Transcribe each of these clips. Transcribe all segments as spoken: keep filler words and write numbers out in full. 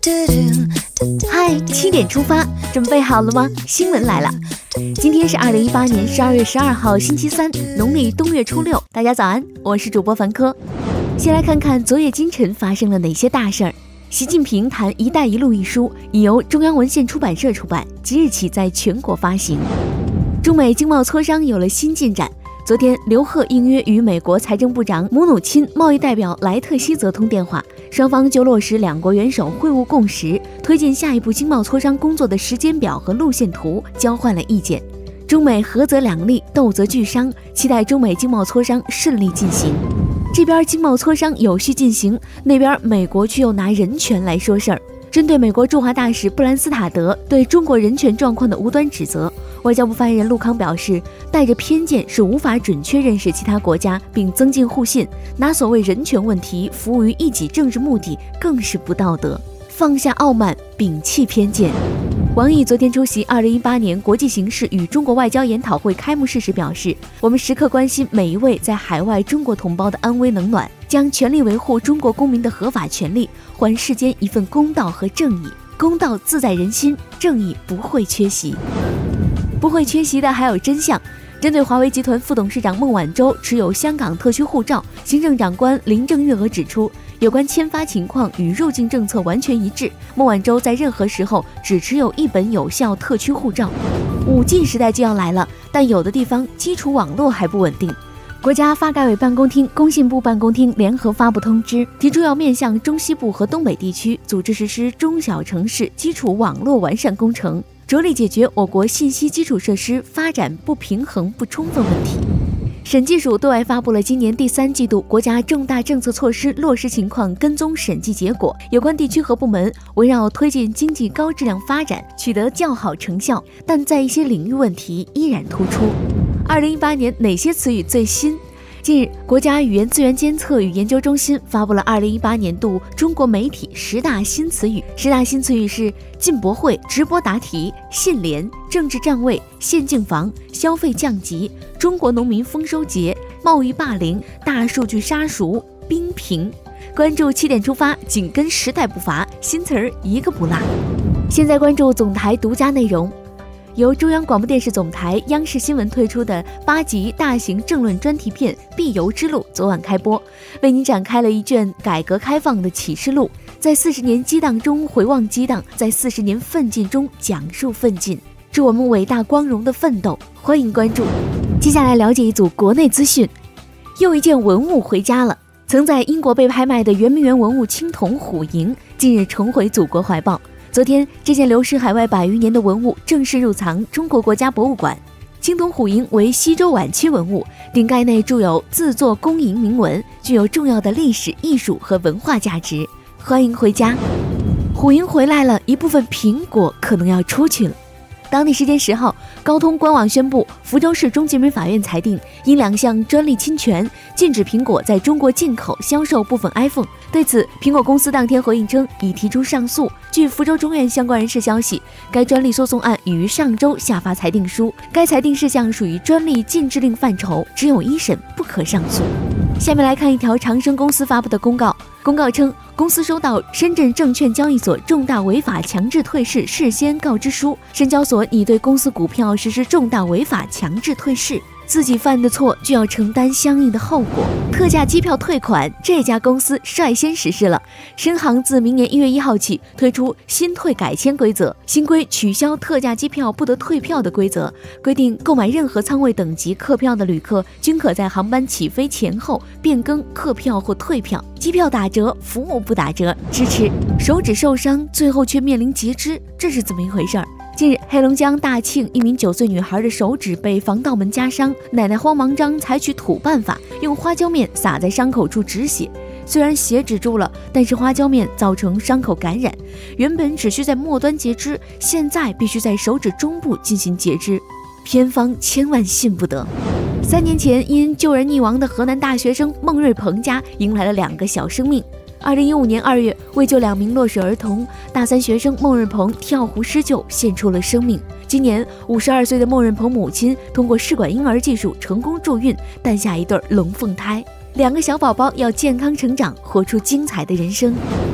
嗨，七点出发，准备好了吗？新闻来了，今天是二零一八年十二月十二号，星期三，农历冬月初六。大家早安，我是主播凡科。先来看看昨夜今晨发生了哪些大事儿。习近平谈“一带一路”一书已由中央文献出版社出版，即日起在全国发行。中美经贸磋商有了新进展。昨天，刘鹤应约与美国财政部长姆努钦贸易代表莱特希泽通电话，双方就落实两国元首会晤共识，推进下一步经贸磋商工作的时间表和路线图交换了意见。中美合则两利，斗则俱伤，期待中美经贸磋商顺利进行。这边经贸磋商有序进行，那边美国却又拿人权来说事儿。针对美国驻华大使布兰斯塔德对中国人权状况的无端指责，外交部发言人陆康表示，带着偏见是无法准确认识其他国家并增进互信，拿所谓人权问题服务于一己政治目的更是不道德，放下傲慢，摒弃偏见。王毅昨天出席二零一八年国际形势与中国外交研讨会开幕式时表示，我们时刻关心每一位在海外中国同胞的安危冷暖，将全力维护中国公民的合法权利，还世间一份公道和正义。公道自在人心，正义不会缺席。不会缺席的还有真相。针对华为集团副董事长孟晚舟持有香港特区护照，行政长官林郑月娥指出，有关签发情况与入境政策完全一致，孟晚舟在任何时候只持有一本有效特区护照。五 G 时代就要来了，但有的地方基础网络还不稳定。国家发改委办公厅、工信部办公厅联合发布通知，提出要面向中西部和东北地区组织实施中小城市基础网络完善工程，着力解决我国信息基础设施发展不平衡不充分问题。审计署对外发布了今年第三季度国家重大政策措施落实情况跟踪审计结果，有关地区和部门围绕推进经济高质量发展取得较好成效，但在一些领域问题依然突出。二零一八年哪些词语最新？近日，国家语言资源监测与研究中心发布了二零一八年度中国媒体十大新词语。十大新词语是进博会、直播答题、信联、政治站位、限竞房、消费降级、中国农民丰收节、贸易霸凌、大数据杀熟、冰评。关注七点出发，紧跟时代步伐，新词儿一个不落。现在关注总台独家内容。由中央广播电视总台央视新闻推出的八集大型政论专题片《必由之路》昨晚开播，为您展开了一卷改革开放的启示录，在四十年激荡中回望激荡，在四十年奋进中讲述奋进，祝我们伟大光荣的奋斗。欢迎关注。接下来了解一组国内资讯，又一件文物回家了。曾在英国被拍卖的圆明园文物青铜虎营，近日重回祖国怀抱。昨天，这件流失海外百余年的文物正式入藏中国国家博物馆。青铜虎营为西周晚期文物，顶盖内铸有自作公营铭文，具有重要的历史、艺术和文化价值。欢迎回家！虎营回来了，一部分苹果可能要出去了。当地时间十号，高通官网宣布，福州市中级人民法院裁定，因两项专利侵权，禁止苹果在中国进口销售部分 iPhone。对此，苹果公司当天回应称，已提出上诉。据福州中院相关人士消息，该专利诉讼案已于上周下发裁定书，该裁定事项属于专利禁制令范畴，只有一审，不可上诉。下面来看一条长生公司发布的公告。公告称，公司收到深圳证券交易所重大违法强制退市事先告知书，深交所拟对公司股票实施重大违法强制退市，自己犯的错就要承担相应的后果。特价机票退款，这家公司率先实施了。深航自明年一月一号起推出新退改签规则，新规取消特价机票不得退票的规则，规定购买任何舱位等级客票的旅客均可在航班起飞前后变更客票或退票，机票打折，服务不打折。支持手指受伤，最后却面临截肢，这是怎么一回事儿？近日，黑龙江大庆一名九岁女孩的手指被防盗门夹伤，奶奶慌忙张采取土办法，用花椒面撒在伤口处止血。虽然血止住了，但是花椒面造成伤口感染，原本只需在末端截肢，现在必须在手指中部进行截肢，偏方千万信不得。三年前因救人溺亡的河南大学生孟瑞鹏家迎来了两个小生命。二零一五年二月，为救两名落水儿童，大三学生孟瑞鹏跳湖施救，献出了生命。今年五十二岁的孟瑞鹏母亲通过试管婴儿技术成功助孕，诞下一对龙凤胎。两个小宝宝要健康成长，活出精彩的人生。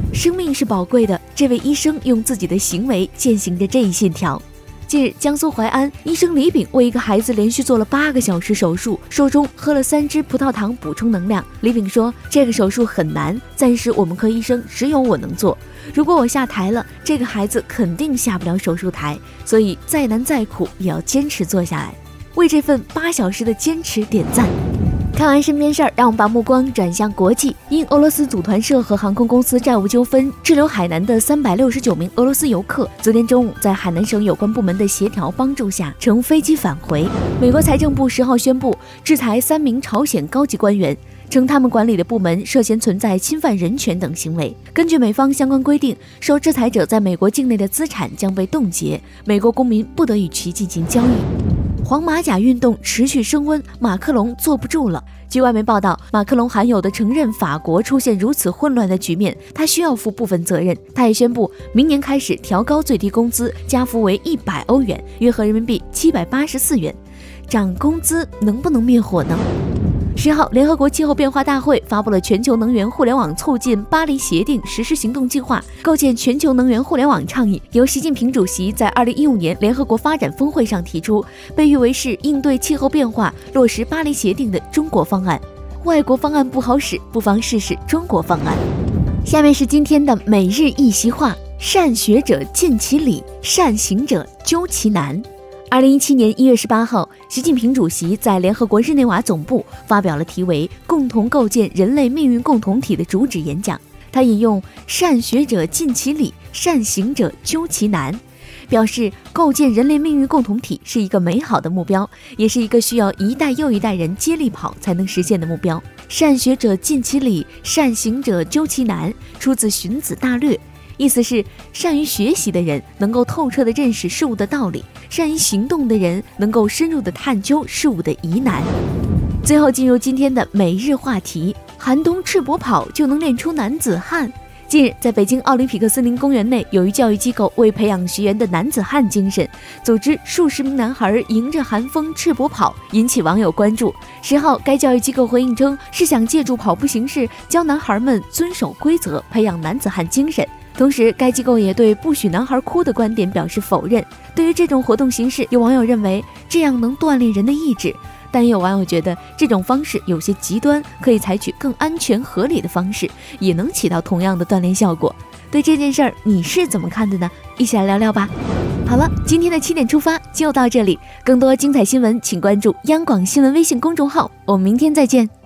生命是宝贵的，这位医生用自己的行为践行着这一信条。近日，江苏淮安，医生李炳为一个孩子连续做了八个小时手术，术中喝了三支葡萄糖补充能量。李炳说，这个手术很难，暂时我们科医生只有我能做，如果我下台了，这个孩子肯定下不了手术台，所以再难再苦也要坚持做下来，为这份八小时的坚持点赞。看完身边事儿，让我们把目光转向国际。因俄罗斯组团社和航空公司债务纠纷滞留海南的三百六十九名俄罗斯游客，昨天中午在海南省有关部门的协调帮助下，乘飞机返回。美国财政部十号宣布制裁三名朝鲜高级官员，称他们管理的部门涉嫌存在侵犯人权等行为。根据美方相关规定，受制裁者在美国境内的资产将被冻结，美国公民不得与其进行交易。黄马甲运动持续升温，马克龙坐不住了。据外媒报道，马克龙罕有地承认法国出现如此混乱的局面，他需要负部分责任。他也宣布明年开始调高最低工资，加幅为一百欧元，约合人民币七百八十四元。涨工资能不能灭火呢？十号，联合国气候变化大会发布了全球能源互联网促进巴黎协定实施行动计划，构建全球能源互联网倡议，由习近平主席在二零一五年联合国发展峰会上提出，被誉为是应对气候变化、落实巴黎协定的中国方案。外国方案不好使，不妨试试中国方案。下面是今天的每日一席话：善学者尽其理，善行者究其难。二零一七年一月十八号，习近平主席在联合国日内瓦总部发表了题为《共同构建人类命运共同体》的主旨演讲。他引用“善学者尽其理，善行者究其难”，表示构建人类命运共同体是一个美好的目标，也是一个需要一代又一代人接力跑才能实现的目标。善学者尽其理，善行者究其难，出自《荀子大略》。意思是，善于学习的人能够透彻地认识事物的道理，善于行动的人能够深入地探究事物的疑难。最后进入今天的每日话题：寒冬赤膊跑就能练出男子汉。近日，在北京奥林匹克森林公园内，有一教育机构为培养学员的男子汉精神，组织数十名男孩迎着寒风赤膊跑，引起网友关注。十号，该教育机构回应称，是想借助跑步形式教男孩们遵守规则，培养男子汉精神。同时，该机构也对不许男孩哭的观点表示否认。对于这种活动形式，有网友认为这样能锻炼人的意志，但也有网友觉得这种方式有些极端，可以采取更安全合理的方式，也能起到同样的锻炼效果。对这件事儿，你是怎么看的呢？一起来聊聊吧。好了，今天的七点出发就到这里，更多精彩新闻请关注央广新闻微信公众号，我们明天再见。